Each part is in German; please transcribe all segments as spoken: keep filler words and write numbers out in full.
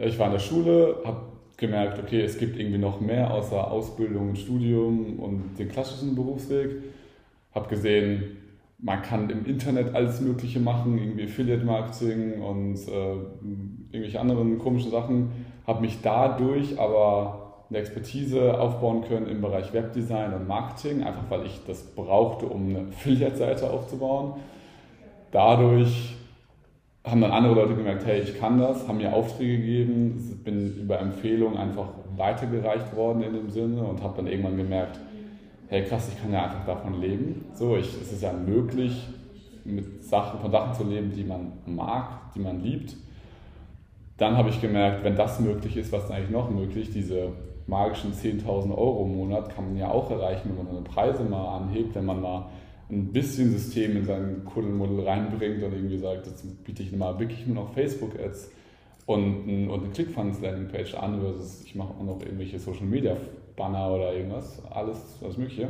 Ich war in der Schule, habe gemerkt, okay, es gibt irgendwie noch mehr außer Ausbildung und Studium und den klassischen Berufsweg. Habe gesehen, man kann im Internet alles Mögliche machen, irgendwie Affiliate-Marketing und äh, irgendwelche anderen komischen Sachen. Habe mich dadurch aber eine Expertise aufbauen können im Bereich Webdesign und Marketing, einfach weil ich das brauchte, um eine Affiliate-Seite aufzubauen. Dadurch haben dann andere Leute gemerkt, hey, ich kann das, haben mir Aufträge gegeben, bin über Empfehlungen einfach weitergereicht worden in dem Sinne und habe dann irgendwann gemerkt, hey krass, ich kann ja einfach davon leben. So, ich, es ist ja möglich, mit Sachen, von Sachen zu leben, die man mag, die man liebt. Dann habe ich gemerkt, wenn das möglich ist, was ist eigentlich noch möglich? Diese magischen zehntausend Euro im Monat kann man ja auch erreichen, wenn man seine Preise mal anhebt, wenn man mal ein bisschen System in seinen Kuddelmuddel reinbringt und irgendwie sagt, jetzt biete ich mal wirklich nur noch Facebook-Ads und, ein, und eine ClickFunnels-Landing-Page an, versus ich mache auch noch irgendwelche Social-Media-Banner oder irgendwas, alles, alles Mögliche.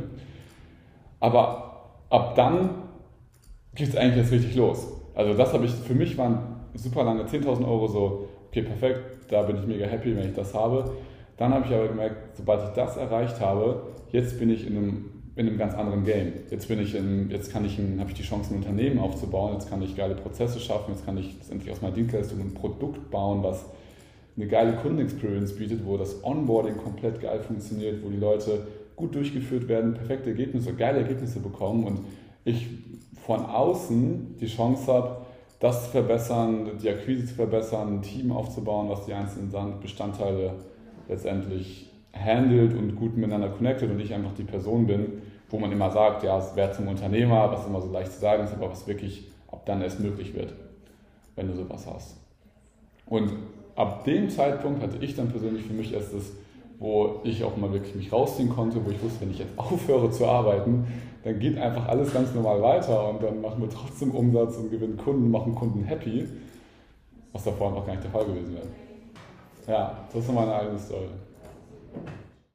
Aber ab dann geht es eigentlich jetzt richtig los. Also das habe ich, für mich waren super lange zehntausend Euro so, okay, perfekt, da bin ich mega happy, wenn ich das habe. Dann habe ich aber gemerkt, sobald ich das erreicht habe, jetzt bin ich in einem in einem ganz anderen Game. Jetzt bin ich in, jetzt kann ich, habe ich die Chance, ein Unternehmen aufzubauen, jetzt kann ich geile Prozesse schaffen, jetzt kann ich letztendlich aus meiner Dienstleistung ein Produkt bauen, was eine geile Kundenexperience bietet, wo das Onboarding komplett geil funktioniert, wo die Leute gut durchgeführt werden, perfekte Ergebnisse, geile Ergebnisse bekommen und ich von außen die Chance habe, das zu verbessern, die Akquise zu verbessern, ein Team aufzubauen, was die einzelnen Bestandteile letztendlich handelt und gut miteinander connected und ich einfach die Person bin, wo man immer sagt, ja, es wäre zum Unternehmer, was immer so leicht zu sagen ist, aber was wirklich ab dann erst möglich wird, wenn du sowas hast. Und ab dem Zeitpunkt hatte ich dann persönlich für mich erst das, wo ich auch mal wirklich mich rausziehen konnte, wo ich wusste, wenn ich jetzt aufhöre zu arbeiten, dann geht einfach alles ganz normal weiter und dann machen wir trotzdem Umsatz und gewinnen Kunden, machen Kunden happy, was davor noch gar nicht der Fall gewesen wäre. Ja, das ist meine eigene Story.